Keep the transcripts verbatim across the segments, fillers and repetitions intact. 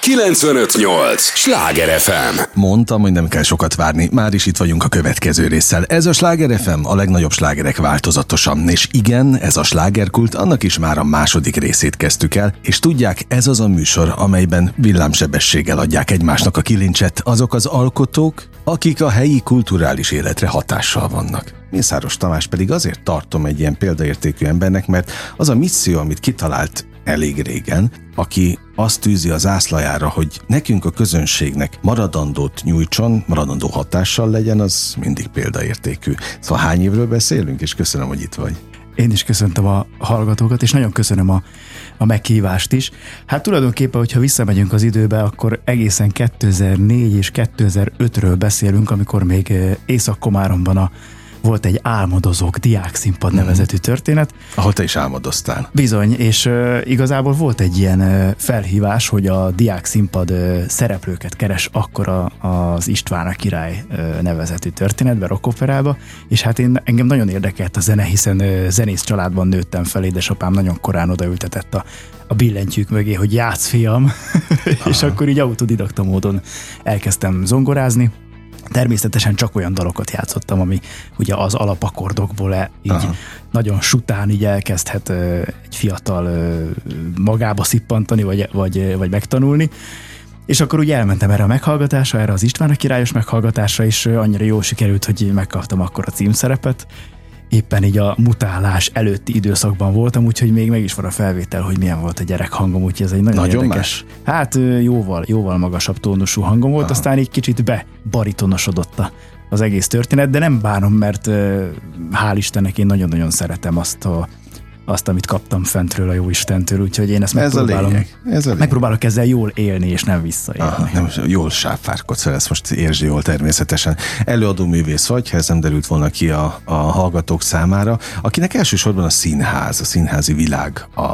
kilencvenöt nyolc Sláger ef em. Mondtam, hogy nem kell sokat várni, már is itt vagyunk a következő résszel. Ez a Sláger ef em, a legnagyobb slágerek változatosan. És igen, ez a slágerkult, annak is már a második részét kezdtük el, és tudják, ez az a műsor, amelyben villámsebességgel adják egymásnak a kilincset azok az alkotók, akik a helyi kulturális életre hatással vannak. Mészáros Tamás pedig azért tartom egy ilyen példaértékű embernek, mert az a misszió, amit kitalált elég régen, aki azt tűzi az zászlajára, hogy nekünk a közönségnek maradandót nyújtson, maradandó hatással legyen, az mindig példaértékű. Szóval hány évről beszélünk, és köszönöm, hogy itt vagy. Én is köszöntöm a hallgatókat, és nagyon köszönöm a, a meghívást is. Hát tulajdonképpen, hogyha visszamegyünk az időbe, akkor egészen kétezer-négy és kétezer-ötről beszélünk, amikor még Észak-Komáromban a volt egy Álmodozók diákszínpad nevezetű történet. Ahol te is álmodoztál. Bizony, és uh, igazából volt egy ilyen uh, felhívás, hogy a diákszínpad uh, szereplőket keres akkor a, az István a király uh, nevezetű történetben, rockoperába, és hát én, engem nagyon érdekelt a zene, hiszen uh, zenész családban nőttem fel, édesapám nagyon korán odaültetett a, a billentyűk mögé, hogy játsz, fiam, és akkor így autodidakta módon elkezdtem zongorázni. Természetesen csak olyan dalokat játszottam, ami ugye az alapakordokból e, így Aha. nagyon sután így elkezdhet uh, egy fiatal uh, magába szippantani, vagy, vagy, vagy megtanulni. És akkor úgy elmentem erre a meghallgatásra, erre az István a királyos meghallgatásra, és uh, annyira jól sikerült, hogy megkaptam akkor a címszerepet. Éppen így a mutálás előtti időszakban voltam, úgyhogy még meg is van a felvétel, hogy milyen volt a gyerekhangom, úgyhogy ez egy nagyon, nagyon érdekes. Más? Hát jóval, jóval magasabb tónusú hangom volt, Aha. aztán így kicsit bebaritonosodott az egész történet, de nem bánom, mert hál' Istennek én nagyon-nagyon szeretem azt a azt, amit kaptam fentről a Jóistentől, úgyhogy én ezt megpróbálom, ez a ez a megpróbálok ezzel jól élni, és nem visszaélni. Ah, nem, jól sáfárkodsz, ezt most értsd jól természetesen. Előadó művész vagy, ha ez nem derült volna ki a, a hallgatók számára, akinek elsősorban a színház, a színházi világ a,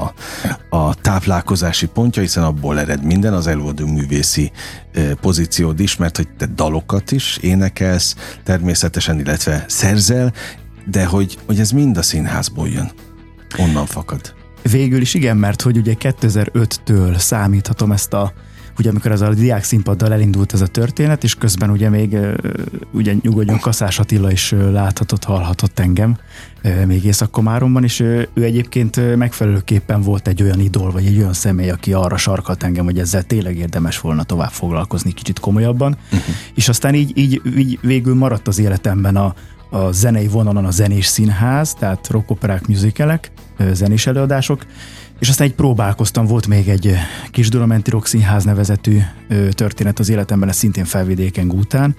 a táplálkozási pontja, hiszen abból ered minden, az előadó művészi eh, pozíciód is, mert hogy te dalokat is énekelsz természetesen, illetve szerzel, de hogy, hogy ez mind a színházból jön. Onnan fakad. Végül is igen, mert hogy ugye kétezer-öttől számíthatom ezt a, ugye amikor ez a diák színpaddal elindult ez a történet, és közben ugye még ugye nyugodjon Kaszás Attila is láthatott, hallhatott engem még Észak-Komáromban, és ő egyébként megfelelőképpen volt egy olyan idol, vagy egy olyan személy, aki arra sarkalt engem, hogy ezzel tényleg érdemes volna tovább foglalkozni kicsit komolyabban, uh-huh. és aztán így, így, így végül maradt az életemben a a zenei vonalon a zenés színház, tehát rockoperák, musicalek, zenés előadások, és aztán így próbálkoztam, volt még egy Kisdura-menti Rock Színház nevezetű történet az életemben, ez szintén Felvidéken Gútán,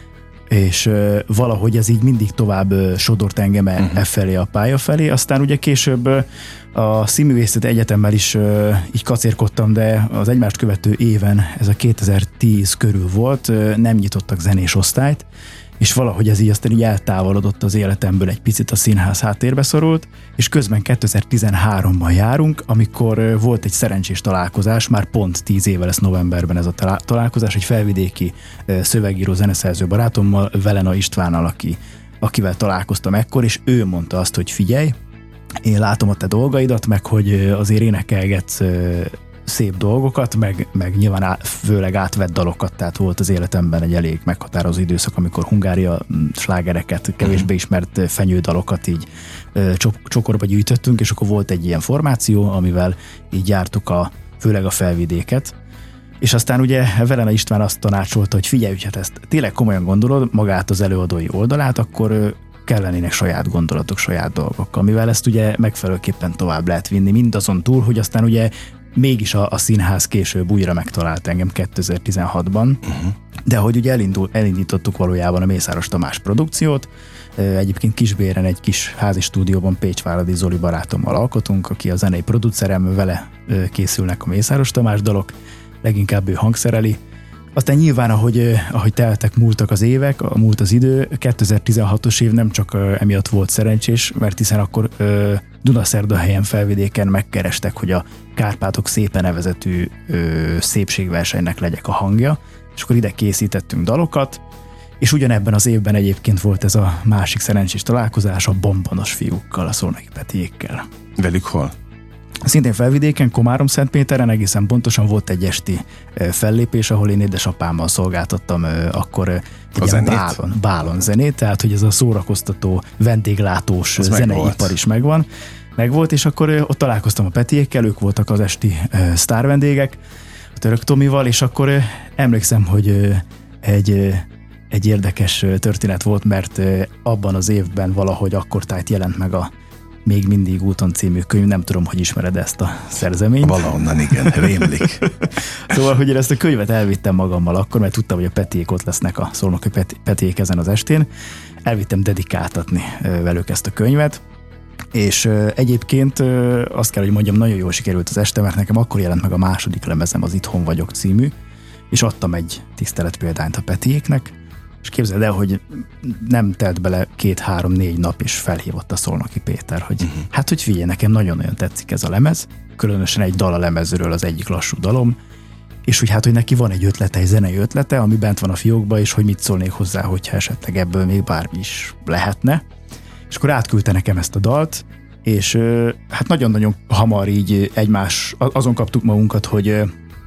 és valahogy ez így mindig tovább sodort engem uh-huh. e felé, a pálya felé, aztán ugye később a Színművészeti Egyetemmel is így kacérkodtam, de az egymást követő éven, ez a kétezer-tíz körül volt, nem nyitottak zenés osztályt, és valahogy ez így aztán így eltávolodott az életemből, egy picit a színház háttérbe szorult, és közben kétezer-tizenháromban járunk, amikor volt egy szerencsés találkozás, már pont tíz éve lesz novemberben ez a találkozás, egy felvidéki szövegíró, zeneszerző barátommal, Velena Istvánnal, aki, akivel találkoztam ekkor, és ő mondta azt, hogy figyelj, én látom a te dolgaidat, meg hogy azért énekelgetsz szép dolgokat, meg, meg nyilván á, főleg átvett dalokat, tehát volt az életemben egy elég meghatározó időszak, amikor Hungária slágereket, kevésbé ismert fenyődalokat így csok, csokorba gyűjtöttünk, és akkor volt egy ilyen formáció, amivel így jártuk a, főleg a felvidéket, és aztán ugye Velena István azt tanácsolta, hogy figyelj, hogy hát ezt tényleg komolyan gondolod, magát az előadói oldalát, akkor kellenének saját gondolatok, saját dolgok, amivel ezt ugye megfelelőképpen tovább lehet vinni, mindazon túl, hogy aztán ugye mégis a, a színház később újra megtalált engem kétezer-tizenhatban, uh-huh. de hogy ugye elindul, elindítottuk valójában a Mészáros Tamás produkciót, egyébként Kisbéren egy kis házi stúdióban Pécsváradi Zoli barátommal alkotunk, aki a zenei producerem, vele készülnek a Mészáros Tamás dalok, leginkább ő hangszereli. Aztán nyilván, ahogy, ahogy teltek, múltak az évek, múlt az idő, kétezer-tizenhatos év nem csak emiatt volt szerencsés, mert hiszen akkor Dunaszerdahelyen Felvidéken megkerestek, hogy a Kárpátok szépen nevezetű szépségversenynek legyek a hangja, és akkor ide készítettünk dalokat, és ugyanebben az évben egyébként volt ez a másik szerencsés találkozás a Bombonos fiúkkal, a Szolnoki Petiékkel. Velük hol? Szintén Felvidéken, Komárom-Szentpéteren egészen pontosan volt egy esti fellépés, ahol én édesapámmal szolgáltattam akkor egy ilyen bálon, bálon zenét, tehát hogy ez a szórakoztató, vendéglátós az zeneipar is megvan. Megvolt, és akkor ott találkoztam a Petiékkel, ők voltak az esti sztár vendégek, a Török Tomival, és akkor emlékszem, hogy egy, egy érdekes történet volt, mert abban az évben valahogy akkor tájt jelent meg a Még mindig úton című könyv, nem tudom, hogy ismered ezt a szerzeményt. Valahonnan igen, rémlik. Szóval, hogy én ezt a könyvet elvittem magammal akkor, mert tudtam, hogy a Petiék ott lesznek, a szolnoki Petiék ezen az estén. Elvittem dedikáltatni velük ezt a könyvet, és egyébként azt kell, hogy mondjam, nagyon jól sikerült az este, mert nekem akkor jelent meg a második lemezem, az Itthon vagyok című, és adtam egy tiszteletpéldányt a Petiéknek, és képzeld el, hogy nem telt bele két-három-négy nap, és felhívott a Szolnoki Péter, hogy uh-huh. hát, hogy figyelj, nekem nagyon-nagyon tetszik ez a lemez, különösen egy dal a lemezről, az egyik lassú dalom, és hogy hát, hogy neki van egy ötlete, egy zenei ötlete, ami bent van a fiókba, és hogy mit szólnék hozzá, hogyha esetleg ebből még bármi is lehetne. És akkor átküldte nekem ezt a dalt, és hát nagyon-nagyon hamar így egymás, azon kaptuk magunkat, hogy,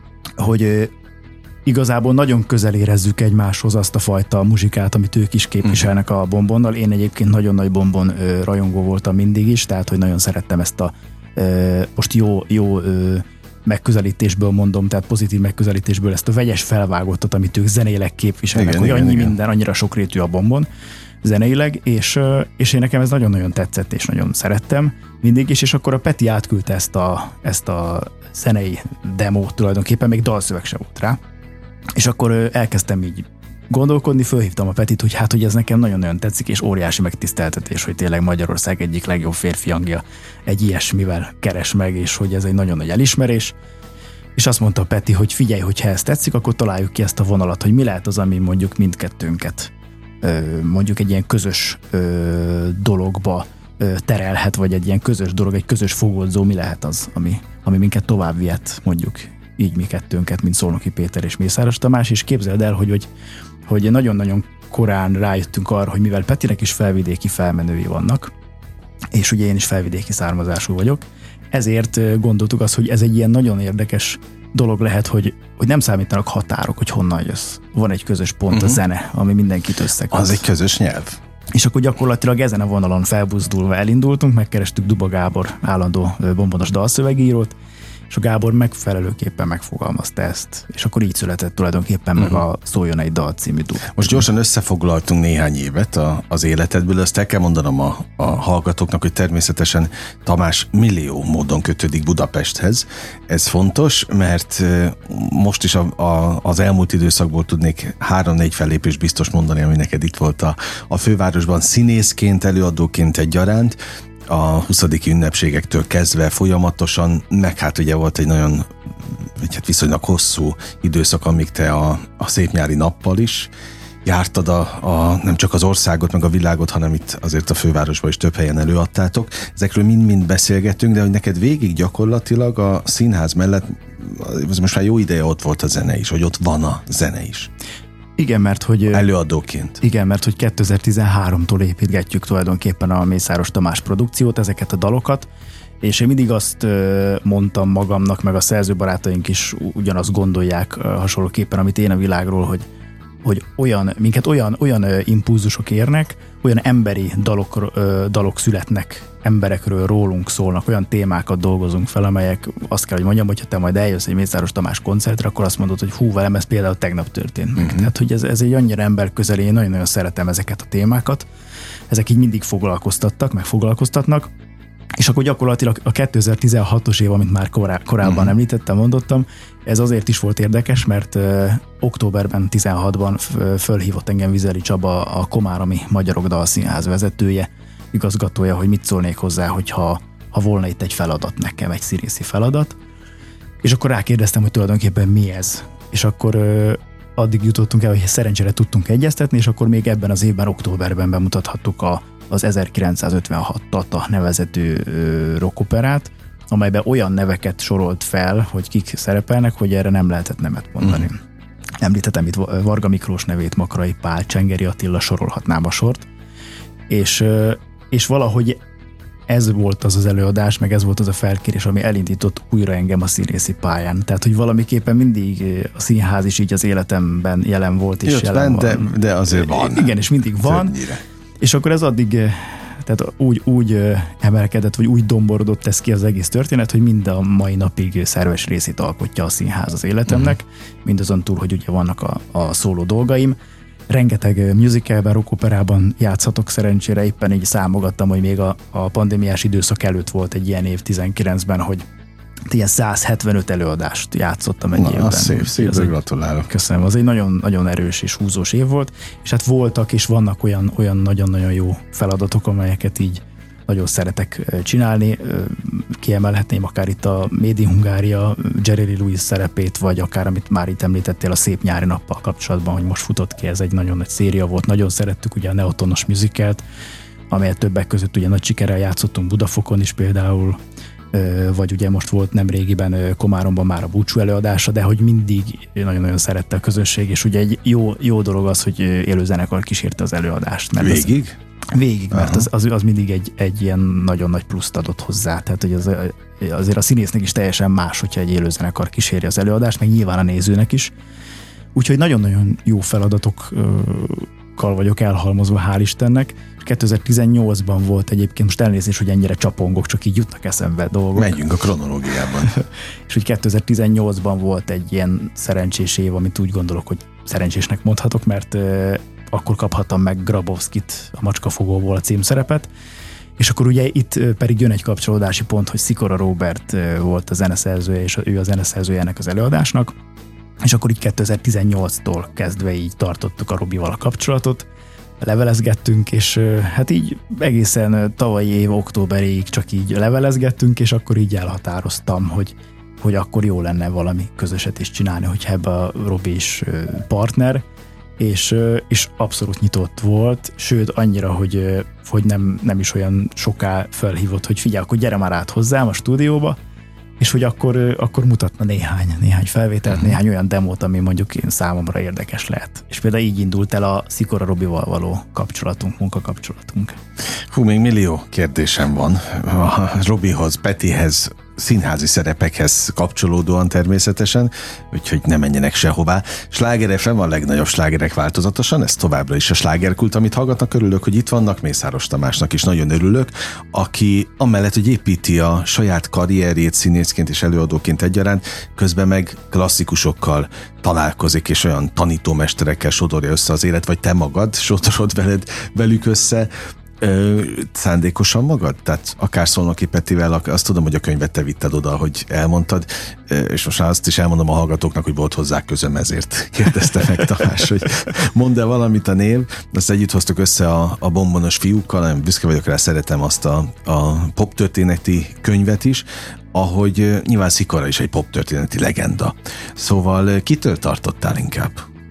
hogy igazából nagyon közel érezzük egymáshoz azt a fajta muzsikát, amit ők is képviselnek a Bombonnal. Én egyébként nagyon nagy Bombon ö, rajongó voltam mindig is, tehát hogy nagyon szerettem ezt a ö, most jó, jó ö, megközelítésből mondom, tehát pozitív megközelítésből ezt a vegyes felvágottat, amit ők zeneileg képviselnek, igen, hogy igen, annyi igen. minden, annyira sokrétű a Bombon zeneileg, és, és én nekem ez nagyon-nagyon tetszett, és nagyon szerettem mindig is, és akkor a Peti átküldte ezt a, ezt a zenei demót tulajdonképpen, még dalszöveg se volt rá, és akkor elkezdtem így gondolkodni, fölhívtam a Petit, hogy hát, hogy ez nekem nagyon-nagyon tetszik, és óriási megtiszteltetés, hogy tényleg Magyarország egyik legjobb férfi hangja egy ilyesmivel keres meg, és hogy ez egy nagyon nagy elismerés. És azt mondta a Peti, hogy figyelj, hogyha ez tetszik, akkor találjuk ki ezt a vonalat, hogy mi lehet az, ami mondjuk mindkettőnket mondjuk egy ilyen közös dologba terelhet, vagy egy ilyen közös dolog, egy közös fogódzó, mi lehet az, ami, ami minket tovább vihet, mondjuk így mi kettőnket, mint Szolnoki Péter és Mészáros Tamás, és képzeld el, hogy, hogy, hogy nagyon-nagyon korán rájöttünk arra, hogy mivel Petinek is felvidéki felmenői vannak, és ugye én is felvidéki származású vagyok, ezért gondoltuk azt, hogy ez egy ilyen nagyon érdekes dolog lehet, hogy, hogy nem számítanak határok, hogy honnan jössz. Van egy közös pont, uh-huh. a zene, ami mindenkit összeköt. Az egy közös nyelv. És akkor gyakorlatilag ezen a vonalon felbuzdulva elindultunk, megkerestük Duba Gábor állandó bombonos dalszövegírót, és a Gábor megfelelőképpen megfogalmazta ezt, és akkor így született tulajdonképpen uh-huh. meg a Szóljon egy dal című dal. Most gyorsan összefoglaltunk néhány évet a, az életedből, azt el kell mondanom a, a hallgatóknak, hogy természetesen Tamás millió módon kötődik Budapesthez. Ez fontos, mert most is a, a, az elmúlt időszakból tudnék három-négy fellépést biztos mondani, ami neked itt volt a, a fővárosban színészként, előadóként egyaránt, a huszadiki ünnepségektől kezdve folyamatosan, meg hát ugye volt egy nagyon, hát viszonylag hosszú időszak, amíg te a, a szép nyári nappal is jártad a, a, nem csak az országot, meg a világot, hanem itt azért a fővárosban is több helyen előadtátok. Ezekről mind-mind beszélgetünk, de hogy neked végig gyakorlatilag a színház mellett, most már jó ideje ott volt a zene is, hogy ott van a zene is. Igen, mert hogy... Előadóként. Igen, mert hogy kétezer-tizenháromtól építgetjük tulajdonképpen a Mészáros Tamás produkciót, ezeket a dalokat, és én mindig azt mondtam magamnak, meg a szerzőbarátaink is ugyanazt gondolják hasonlóképpen, amit én a világról, hogy, hogy olyan, minket olyan, olyan impulzusok érnek, olyan emberi dalok, dalok születnek, emberekről, rólunk szólnak, olyan témákat dolgozunk fel, amelyek azt kell, hogy mondjam, hogyha te majd eljössz egy Mészáros Tamás koncertre, akkor azt mondod, hogy hú, velem ez például tegnap történt meg. Uh-huh. Tehát, hogy ez, ez egy annyira emberközeli, én nagyon-nagyon szeretem ezeket a témákat. Ezek így mindig foglalkoztattak, meg foglalkoztatnak. És akkor gyakorlatilag a kétezer-tizenhatos év, amit már korá, korábban uh-huh. említettem, mondottam, ez azért is volt érdekes, mert uh, októberben tizenhatban f- fölhívott engem Vizeli Csaba, a Komáromi Magyarok Dalszínház vezetője, igazgatója, hogy mit szólnék hozzá, hogyha ha volna itt egy feladat nekem, egy színészi feladat. És akkor rákérdeztem, hogy tulajdonképpen mi ez. És akkor uh, addig jutottunk el, hogy szerencsére tudtunk egyeztetni, és akkor még ebben az évben, októberben bemutathattuk a az ezerkilencszázötvenhat Tata nevezetű rockoperát, amelyben olyan neveket sorolt fel, hogy kik szerepelnek, hogy erre nem lehetett nemet mondani. Mm. Említettem itt Varga Miklós nevét, Makrai Pál, Csengeri Attila, sorolhatnám a sort. És, és valahogy ez volt az az előadás, meg ez volt az a felkérés, ami elindított újra engem a színészi pályán. Tehát, hogy valamiképpen mindig a színház is így az életemben jelen volt, és Jött jelen ben, van. De, de azért van. Igen, és mindig van. Többnyire. És akkor ez addig, tehát úgy, úgy emelkedett, vagy úgy domborodott ez ki az egész történet, hogy mind a mai napig szerves részét alkotja a színház az életemnek, uh-huh. mindazon túl, hogy ugye vannak a, a szóló dolgaim. Rengeteg musicalben, rockoperában játszhatok szerencsére, éppen így számogattam, hogy még a, a pandémiás időszak előtt volt egy ilyen év tizenkilencben, hogy ilyen száz hetvenöt előadást játszottam egy Na, évben. Az szép, szép, egy, gratulálok. Köszönöm, az egy nagyon, nagyon erős és húzós év volt, és hát voltak és vannak olyan, olyan nagyon-nagyon jó feladatok, amelyeket így nagyon szeretek csinálni. Kiemelhetném akár itt a Made in Hungária, Jerry Lee Lewis szerepét, vagy akár, amit már itt említettél, a Szép nyári nappal kapcsolatban, hogy most futott ki, ez egy nagyon nagy széria volt. Nagyon szerettük ugye a Neotonos musicalt, amelyet többek között ugye nagy sikerrel játszottunk Budafokon is például, vagy ugye most volt nemrégiben Komáromban már a búcsú előadása, de hogy mindig nagyon-nagyon szerette a közönség, és ugye egy jó, jó dolog az, hogy élőzenekar kísérte az előadást. Mert Végig? Az, végig, mert az, az, az mindig egy, egy ilyen nagyon nagy pluszt adott hozzá, tehát hogy az, azért a színésznek is teljesen más, hogyha egy élőzenekar kíséri az előadást, meg nyilván a nézőnek is. Úgyhogy nagyon-nagyon jó feladatokkal vagyok elhalmozva, hál' Istennek. kétezer-tizennyolcban volt egyébként, most elnézést, hogy ennyire csapongok, csak így jutnak eszembe dolgok. Menjünk a kronológiában. És hogy kétezer-tizennyolcban volt egy ilyen szerencsés év, amit úgy gondolok, hogy szerencsésnek mondhatok, mert euh, akkor kaphattam meg Grabowskit, a Macskafogóból a címszerepet, és akkor ugye itt pedig jön egy kapcsolódási pont, hogy Szikora Róbert volt a zeneszerzője, és ő a zeneszerzője ennek az előadásnak, és akkor így kétezer-tizennyolctól kezdve így tartottuk a Robival a kapcsolatot, levelezgettünk, és hát így egészen tavalyi év októberig csak így levelezgettünk, és akkor így elhatároztam, hogy, hogy akkor jó lenne valami közöset is csinálni, hogy ebbe a Robi is partner, és, és abszolút nyitott volt, sőt annyira, hogy, hogy nem, nem is olyan soká felhívott, hogy figyelj, akkor gyere már át hozzám a stúdióba, és hogy akkor, akkor mutatna néhány, néhány felvételt, uh-huh. néhány olyan demót, ami mondjuk én számomra érdekes lehet. És például így indult el a Szikora Robival való kapcsolatunk, munkakapcsolatunk. Hú, még millió kérdésem van. A Robihoz, Petihez, színházi szerepekhez kapcsolódóan természetesen, úgyhogy ne menjenek sehová. Sláger ef em a legnagyobb slágerek változatosan, ez továbbra is a slágerkult, amit hallgatnak, örülök, hogy itt vannak, Mészáros Tamásnak is nagyon örülök, aki amellett, hogy építi a saját karrierjét színészként és előadóként egyaránt, közben meg klasszikusokkal találkozik, és olyan tanítómesterekkel sodorja össze az élet, vagy te magad sodorod veled, velük össze, Ö, szándékosan magad? Tehát akár Szolnoki Petivel, azt tudom, hogy a könyvet te vitted oda, hogy elmondtad, és most már azt is elmondom a hallgatóknak, hogy volt hozzá közöm, ezért kérdezte meg Tamás, hogy mondd-e valamit a név. Azt együtt hoztuk össze a, a Bombonos fiúkkal, nagyon büszke vagyok rá, szeretem azt a, a poptörténeti könyvet is, ahogy nyilván Szikora is egy poptörténeti legenda. Szóval kitől tartottál inkább?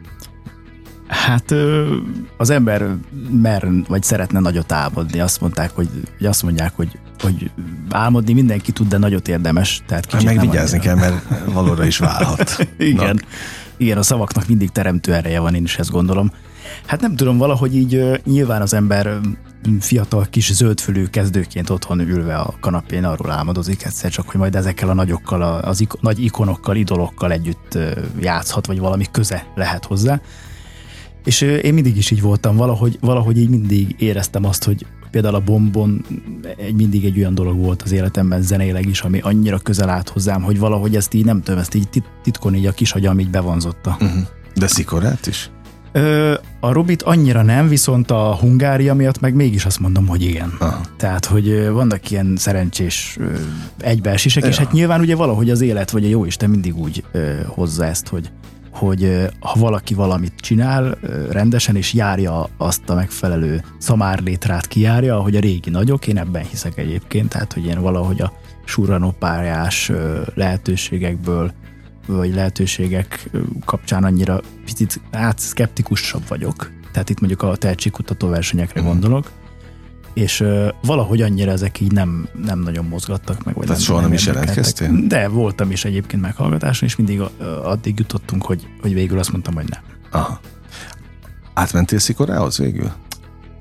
Hát az ember mer, vagy szeretne nagyot álmodni. Azt mondták, hogy, hogy azt mondják, hogy, hogy álmodni mindenki tud, de nagyot érdemes. Tehát kicsit meg vigyázni kell, mert valóra is válhat. Igen. Igen, a szavaknak mindig teremtő ereje van, én is ezt gondolom. Hát nem tudom, valahogy így nyilván az ember fiatal kis zöldfülű kezdőként otthon ülve a kanapén arról álmodozik egyszer csak, hogy majd ezekkel a nagyokkal, az ik- nagy ikonokkal, idolokkal együtt játszhat, vagy valami köze lehet hozzá. És én mindig is így voltam, valahogy, valahogy így mindig éreztem azt, hogy például a Bombon egy, mindig egy olyan dolog volt az életemben zeneileg is, ami annyira közel állt hozzám, hogy valahogy ezt így nem tudom, ezt így titkon így a kis agyam így bevonzotta. Uh-huh. De Szikorát is? Ö, a Robit annyira nem, viszont a Hungária miatt meg mégis azt mondom, hogy igen. Aha. Tehát, hogy vannak ilyen szerencsés egybeesések, ja. És hát nyilván ugye valahogy az élet, vagy a jóisten mindig úgy ö, hozza ezt, hogy hogy ha valaki valamit csinál rendesen, és járja azt a megfelelő szamárlétrát kijárja, ahogy a régi nagyok, én ebben hiszek egyébként, tehát hogy én valahogy a surranópályás lehetőségekből, vagy lehetőségek kapcsán annyira picit hát szkeptikusabb vagyok. Tehát itt mondjuk a tehetségkutató versenyekre mm. gondolok, és uh, valahogy annyira ezek így nem, nem nagyon mozgattak meg. Vagy Tehát nem, soha nem, nem is jelentkeztél? De voltam is egyébként meghallgatáson, és mindig uh, addig jutottunk, hogy, hogy végül azt mondtam, hogy nem. Aha. Átmentél Szikorához végül?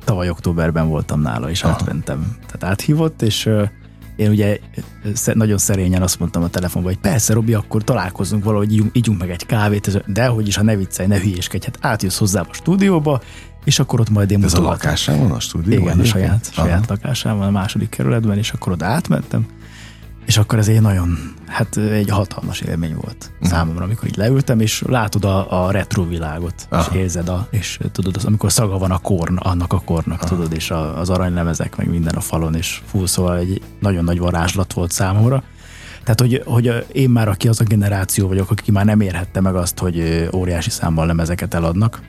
tavaly októberben voltam nála, és Aha. átmentem. Tehát áthívott, és uh, én ugye nagyon szerényen azt mondtam a telefonban, hogy persze, Robi, akkor találkozzunk valahogy, ígyunk, ígyunk meg egy kávét, de hogy is, ha ne viccelj, ne hülyéskedj, hát átjössz hozzám a stúdióba, és akkor ott majd én Ez a lakásán van a stúdió? Igen, a saját, saját lakásán van a második kerületben, és akkor oda átmentem, és akkor ez egy nagyon, hát egy hatalmas élmény volt uh-huh. számomra, amikor így leültem, és látod a, a retro világot, Aha. és érzed, a, és tudod, az, amikor szaga van a korn, annak a kornak, Aha. tudod, és a, az aranylemezek, meg minden a falon, és fú, szóval egy nagyon nagy varázslat volt számomra. Tehát, hogy, hogy én már, aki az a generáció vagyok, aki már nem érhette meg azt, hogy óriási számban lemezeket eladnak,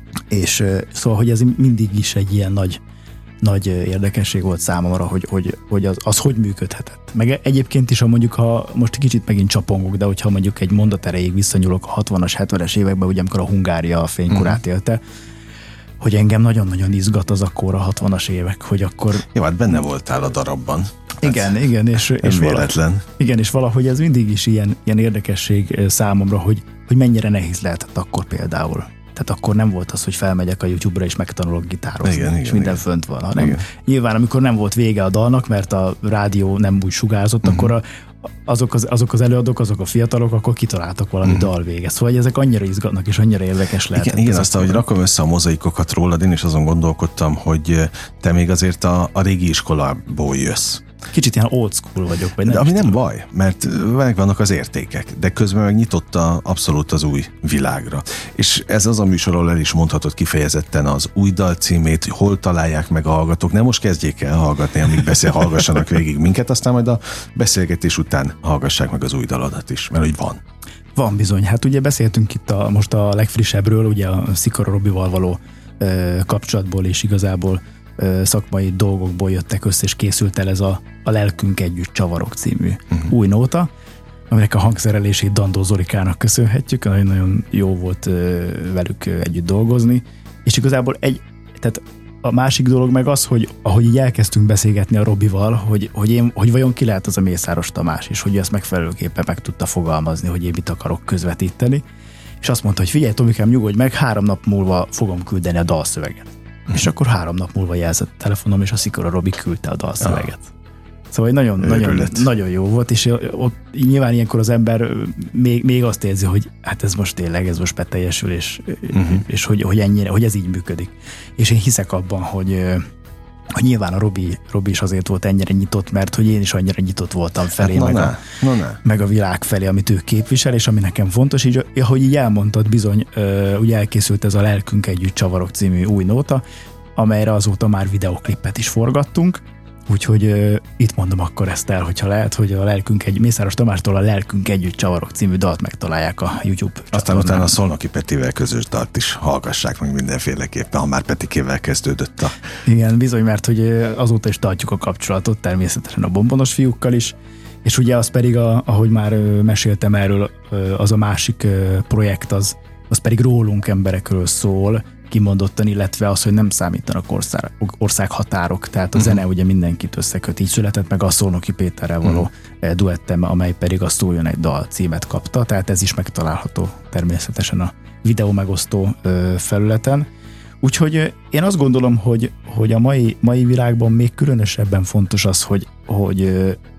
és szóval, hogy ez mindig is egy ilyen nagy nagy érdekesség volt számomra, hogy, hogy, hogy az, az hogy működhetett. Meg egyébként is, ha mondjuk, ha most kicsit megint csapongok, de hogyha mondjuk egy mondat erejéig visszanyúlok a hatvanas, hetvenes években, ugye amikor a Hungária a fénykorát élte, hogy engem nagyon-nagyon izgat az akkor a hatvanas évek, hogy akkor... Jó, hát benne voltál a darabban. Igen, hát, igen, és, és véletlen. Igen, és valahogy ez mindig is ilyen, ilyen érdekesség számomra, hogy, hogy mennyire nehéz lehetett akkor például. Tehát akkor nem volt az, hogy felmegyek a YouTube-ra és megtanulok gitározni, igen, és igen, minden igen. fönt van, hanem igen. nyilván amikor nem volt vége a dalnak, mert a rádió nem úgy sugárzott, uh-huh. akkor a, azok, az, azok az előadók, azok a fiatalok, akkor kitaláltak valami uh-huh. dal vége. Szóval ezek annyira izgatnak és annyira érdekes lehetett. Igen, igen aztán, hogy rakom össze a mozaikokat rólad, én is azon gondolkodtam, hogy te még azért a, a régi iskolából jössz. Kicsit ilyen old school vagyok. Vagy nem de ami nem baj, mert vannak az értékek, de közben meg nyitotta abszolút az új világra. És ez az a műsor, ahol el is mondhatod kifejezetten az új dal címét, hol találják meg a hallgatók. Nem most kezdjék el hallgatni, amíg beszél, hallgassanak végig minket, aztán majd a beszélgetés után hallgassák meg az új dalodat is, mert hogy van. Van bizony. Hát ugye beszéltünk itt a, most a legfrissebbről, ugye a Szikora Robival való ö, kapcsolatból, és igazából szakmai dolgokból jöttek össze, és készült el ez a, a Lelkünk együtt csavarok című uh-huh. új nóta, aminek a hangszerelését Dandó Zorikának köszönhetjük, nagyon-nagyon jó volt velük együtt dolgozni, és igazából egy, tehát a másik dolog meg az, hogy ahogy így elkezdtünk beszélgetni a Robival, hogy, hogy, én, hogy vajon ki lehet az a Mészáros Tamás, és hogy ezt megfelelőképpen meg tudta fogalmazni, hogy én mit akarok közvetíteni, és azt mondta, hogy figyelj Tomikám, nyugodj meg, három nap múlva fogom küldeni a dalszöveget. Mm. És akkor három nap múlva jelzett telefonom, és a Szikora Robi küldte a dalszöveget. Ah. Szóval nagyon, nagyon, nagyon jó volt, és ott nyilván ilyenkor az ember még, még azt érzi, hogy hát ez most tényleg, ez most beteljesül, és, uh-huh. és hogy, hogy ennyire, hogy ez így működik. És én hiszek abban, hogy, hogy nyilván a Robi, Robi is azért volt ennyire nyitott, mert hogy én is annyira nyitott voltam felé, hát, meg, a, meg a világ felé, amit ő képvisel, és ami nekem fontos, így, ahogy így elmondtad, bizony, ugye elkészült ez a Lelkünk együtt csavarok című új nóta, amelyre azóta már videoklipet is forgattunk, úgyhogy uh, itt mondom akkor ezt el, hogyha lehet, hogy a Lelkünk egy Mészáros Tamástól a Lelkünk együtt csavarok című dalt megtalálják a YouTube csatornán. Aztán utána a Szolnoki Petivel közös dalt is hallgassák meg mindenféleképpen, ha már Petikével kezdődött a... Igen, bizony, mert hogy azóta is tartjuk a kapcsolatot, természetesen a Bombonos fiúkkal is, és ugye az pedig, a, ahogy már meséltem erről, az a másik projekt, az, az pedig rólunk emberekről szól, kimondottan, illetve az, hogy nem számítanak ország, országhatárok, tehát a uh-huh. zene ugye mindenkit összeköt, így született meg a Szolnoki Péterrel való uh-huh. duettem, amely pedig a Szóljon egy dal címet kapta, tehát ez is megtalálható természetesen a videó megosztó felületen. Úgyhogy én azt gondolom, hogy, hogy a mai, mai világban még különösebben fontos az, hogy, hogy,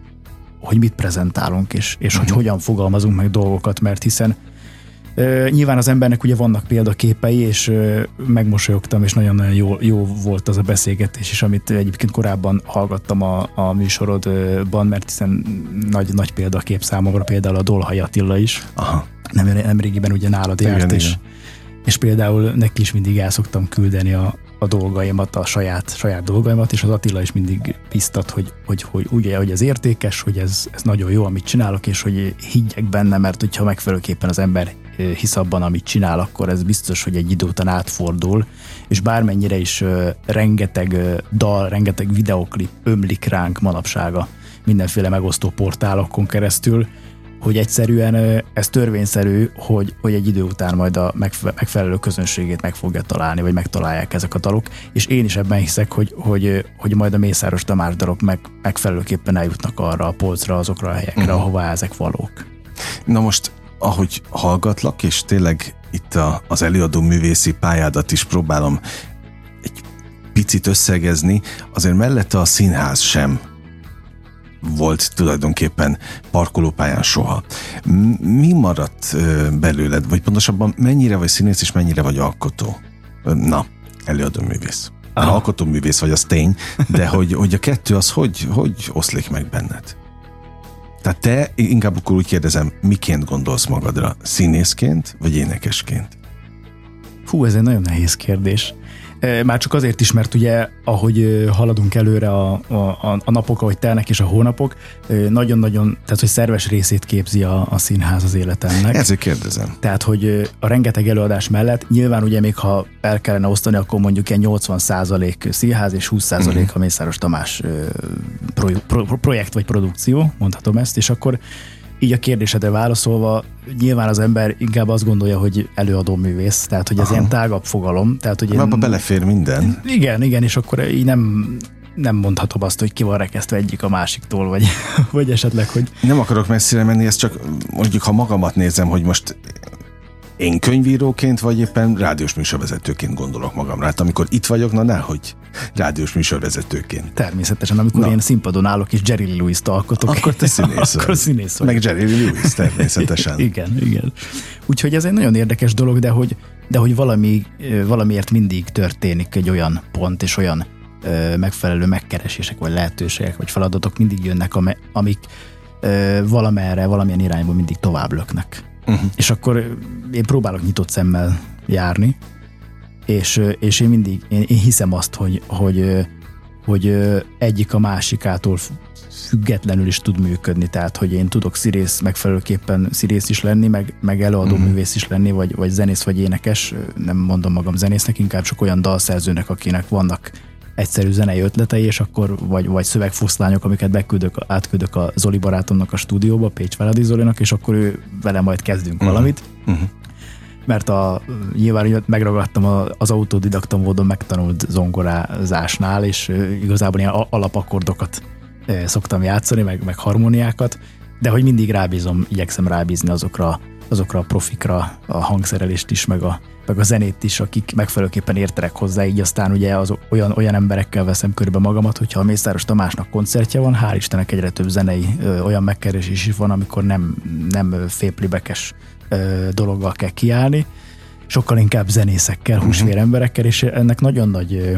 hogy mit prezentálunk, és, és uh-huh. hogy hogyan fogalmazunk meg dolgokat, mert hiszen Uh, nyilván az embernek ugye vannak példaképei, és uh, megmosolyogtam, és nagyon-nagyon jó, jó volt az a beszélgetés is, amit egyébként korábban hallgattam a, a műsorodban, mert hiszen nagy, nagy példakép számomra például a Dolhai Attila is. Aha. Nem, nem régiben ugye nálad járt, igen, és, igen. és például neki is mindig el szoktam küldeni a, a dolgaimat, a saját, saját dolgaimat, és az Attila is mindig biztat, hogy, hogy, hogy ugye, hogy ez értékes, hogy ez, ez nagyon jó, amit csinálok, és hogy higgyek benne, mert hogyha megfelelőképpen az ember hisz abban, amit csinál, akkor ez biztos, hogy egy idő után átfordul, és bármennyire is uh, rengeteg uh, dal, rengeteg videoklip ömlik ránk manapsága mindenféle megosztó portálokon keresztül, hogy egyszerűen uh, ez törvényszerű, hogy, hogy egy idő után majd a megfelelő közönségét meg fogja találni, vagy megtalálják ezek a dalok, és én is ebben hiszek, hogy, hogy, hogy majd a Mészáros Tamás dalok meg, megfelelőképpen eljutnak arra a polcra, azokra a helyekre, uh-huh. ahová ezek valók. Na most ahogy hallgatlak, és tényleg itt a, az előadó művészi pályádat is próbálom egy picit összegezni, azért mellette a színház sem volt tulajdonképpen parkolópályán soha. Mi maradt belőled, vagy pontosabban mennyire vagy színész és mennyire vagy alkotó? Na, előadó művész. Ah. Alkotó művész vagy, az tény, de hogy, hogy a kettő az hogy, hogy oszlik meg benned? Tehát te, inkább akkor úgy kérdezem, miként gondolsz magadra? Színészként vagy énekesként? Hú, ez egy nagyon nehéz kérdés. Már csak azért is, mert ugye, ahogy haladunk előre a, a, a napok, ahogy telnek és a hónapok, nagyon-nagyon, tehát hogy szerves részét képzi a, a színház az életemnek. Ezért kérdezem. Tehát, hogy a rengeteg előadás mellett nyilván ugye még ha el kellene osztani, akkor mondjuk ilyen nyolcvan százalék színház és húsz százalék mm-hmm. a Mészáros Tamás pro, pro, projekt vagy produkció, mondhatom ezt, és akkor így a kérdésedre válaszolva, nyilván az ember inkább azt gondolja, hogy előadó művész, tehát hogy ez Aha. ilyen tágabb fogalom. Tehát, hogy abba belefér minden. Igen, igen, és akkor így nem, nem mondhatom azt, hogy ki van rekesztve egyik a másiktól, vagy, vagy esetleg, hogy... Nem akarok messzire menni, ez csak mondjuk, ha magamat nézem, hogy most én könyvíróként, vagy éppen rádiós műsorvezetőként gondolok magamra. Hát amikor itt vagyok, na nehogy rádiós műsorvezetőként. Természetesen, amikor na. én színpadon állok és Jerry Lee Lewis-t alkotok. Akkor te színész Akkor színész vagy. Meg Jerry Lee Lewis, természetesen. Igen, igen. Úgyhogy ez egy nagyon érdekes dolog, de hogy, de hogy valami, valamiért mindig történik egy olyan pont, és olyan ö, megfelelő megkeresések, vagy lehetőségek, vagy feladatok mindig jönnek, amik ö, valamerre, valamilyen irányból mindig tovább löknek. Uh-huh. És akkor én próbálok nyitott szemmel járni, és, és én mindig, én, én hiszem azt, hogy, hogy, hogy egyik a másikától függetlenül is tud működni, tehát hogy én tudok színész, megfelelőképpen színész is lenni, meg, meg előadó uh-huh. művész is lenni, vagy, vagy zenész, vagy énekes, nem mondom magam zenésznek, inkább csak olyan dalszerzőnek, akinek vannak egyszerű zenei ötletei, és akkor vagy, vagy szövegfoszlányok, amiket beküldök, átküldök a Zoli barátomnak a stúdióba, Pécs Feledi Zolinak, és akkor ő vele majd kezdünk uh-huh. valamit. Uh-huh. Mert a, nyilván megragadtam az autodidakta módon megtanult zongorázásnál, és igazából ilyen alapakkordokat szoktam játszani, meg, meg harmóniákat, de hogy mindig rábízom, igyekszem rábízni azokra, azokra a profikra, a hangszerelést is, meg a meg a zenét is, akik megfelelőképpen értenek hozzá, így aztán ugye az olyan, olyan emberekkel veszem körbe magamat, hogyha a Mészáros Tamásnak koncertje van, hál' Istennek egyre több zenei ö, olyan megkeresés is van, amikor nem, nem féplibekes ö, dologgal kell kiállni, sokkal inkább zenészekkel, húsvér emberekkel, és ennek nagyon nagy ö,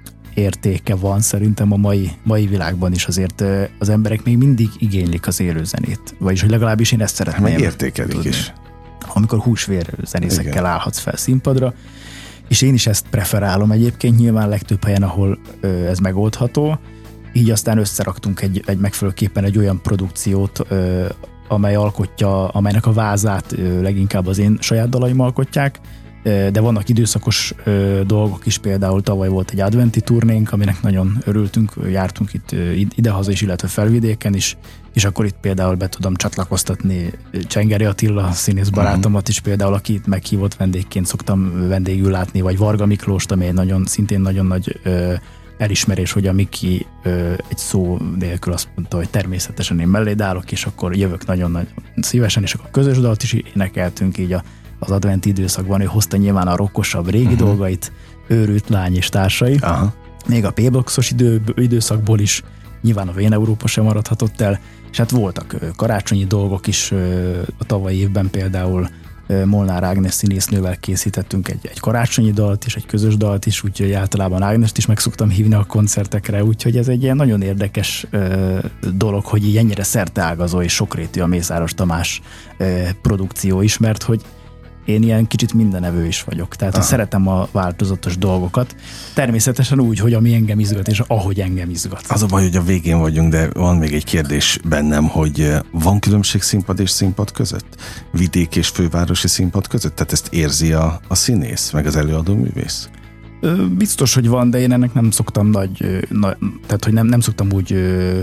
értéke van szerintem a mai, mai világban is, azért ö, az emberek még mindig igénylik az élő zenét, vagyis hogy legalábbis én ezt szeretném. Meg értékelik tudni. Is. Amikor húsvér zenészekkel Igen. állhatsz fel színpadra, és én is ezt preferálom egyébként, nyilván legtöbb helyen, ahol ö, ez megoldható, így aztán összeraktunk egy, egy megfelelőképpen egy olyan produkciót, ö, amely alkotja, amelynek a vázát ö, leginkább az én saját dalaim alkotják, ö, de vannak időszakos ö, dolgok is, például tavaly volt egy adventi turnénk, aminek nagyon örültünk, jártunk itt ö, idehaza is, illetve felvidéken is, és akkor itt például be tudom csatlakoztatni Csengeri Attila színész barátomat is például, akit meghívott vendégként szoktam vendégül látni, vagy Varga Miklóst, ami egy nagyon, szintén nagyon nagy ö, elismerés, hogy a Miki ö, egy szó nélkül azt mondta, hogy természetesen én melléd állok, és akkor jövök nagyon-nagyon szívesen, és akkor közös dalt is énekeltünk így a, az adventi időszakban, ő hozta nyilván a rockosabb régi uh-huh. dolgait, Őrült lány és társai, uh-huh. még a P-boxos idő, időszakból is, nyilván a Vén Európa sem maradhatott el, és hát voltak karácsonyi dolgok is, a tavalyi évben például Molnár Ágnes színésznővel készítettünk egy, egy karácsonyi dalt és egy közös dalt is, úgyhogy általában Ágnest is meg szoktam hívni a koncertekre, úgyhogy ez egy ilyen nagyon érdekes dolog, hogy így ennyire szerteágazó és sokrétű a Mészáros Tamás produkció is, mert hogy én ilyen kicsit mindenevő is vagyok, tehát hogy szeretem a változatos dolgokat. Természetesen úgy, hogy ami engem izgat, és ahogy engem izgat. Az a baj, hogy a végén vagyunk, de van még egy kérdés bennem, hogy van különbség színpad és színpad között? Vidék és fővárosi színpad között? Tehát ezt érzi a, a színész, meg az előadó művész? Biztos, hogy van, de én ennek nem szoktam nagy, nagy tehát hogy nem, nem szoktam úgy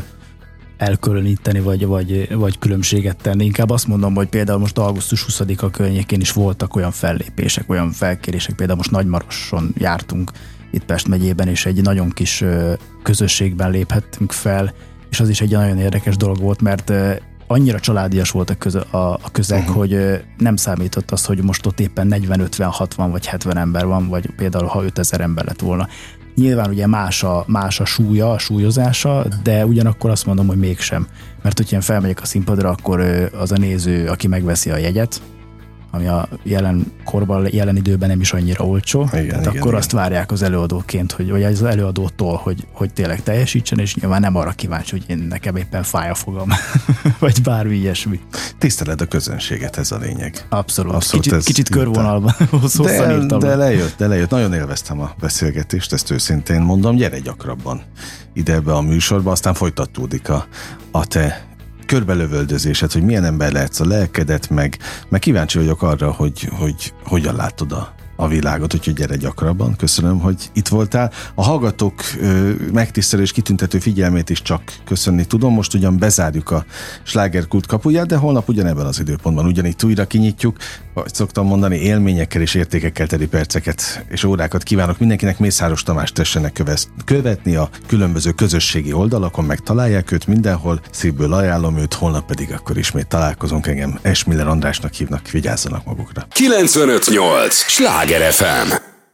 elkülöníteni, vagy, vagy, vagy különbséget tenni. Inkább azt mondom, hogy például most augusztus huszadika környékén is voltak olyan fellépések, olyan felkérések, például most Nagymaroson jártunk itt Pest megyében, és egy nagyon kis közösségben léphettünk fel, és az is egy nagyon érdekes dolog volt, mert annyira családias volt a, közö, a, a közeg, uh-huh. hogy nem számított az, hogy most ott éppen negyven, ötven, hatvan vagy hetven ember van, vagy például ha ötezer ember lett volna. Nyilván ugye más a, más a súlya, a súlyozása, de ugyanakkor azt mondom, hogy mégsem. Mert hogyha felmegyek a színpadra, akkor az a néző, aki megveszi a jegyet, ami a jelen korban, jelen időben nem is annyira olcsó, igen, tehát igen, akkor igen. azt várják az előadóként, hogy, vagy az előadótól, hogy, hogy tényleg teljesítsen, és nyilván nem arra kíváncsi, hogy én nekem éppen fáj a fogam, vagy bármi ilyesmi. Tiszteled a közönséget, ez a lényeg. Abszolút. Abszolút kicsit, kicsit körvonalban hosszan de, írtam. de lejött, de lejött. Nagyon élveztem a beszélgetést, ezt őszintén mondom. Gyere gyakrabban ide ebbe a műsorba, aztán folytatódik a, a te körbelövöldözésed, hogy milyen ember lehetsz, a lelkedet, meg, meg kíváncsi vagyok arra, hogy, hogy hogyan látod a, a világot, úgyhogy gyere gyakrabban. Köszönöm, hogy itt voltál. A hallgatók ö, megtisztelő és kitüntető figyelmét is csak köszönni tudom. Most ugyan bezárjuk a slágerkult kapuját, de holnap ugyanebben az időpontban ugyanitt újra kinyitjuk. Vagy szoktam mondani, élményekkel és értékekkel teli perceket és órákat kívánok mindenkinek. Mészáros Tamást tessenek követni a különböző közösségi oldalakon, meg találják őt mindenhol. Szívből ajánlom őt, holnap pedig akkor ismét találkozunk. Engem Esmiller Andrásnak hívnak, vigyázzanak magukra. kilencvenöt nyolc Sláger ef em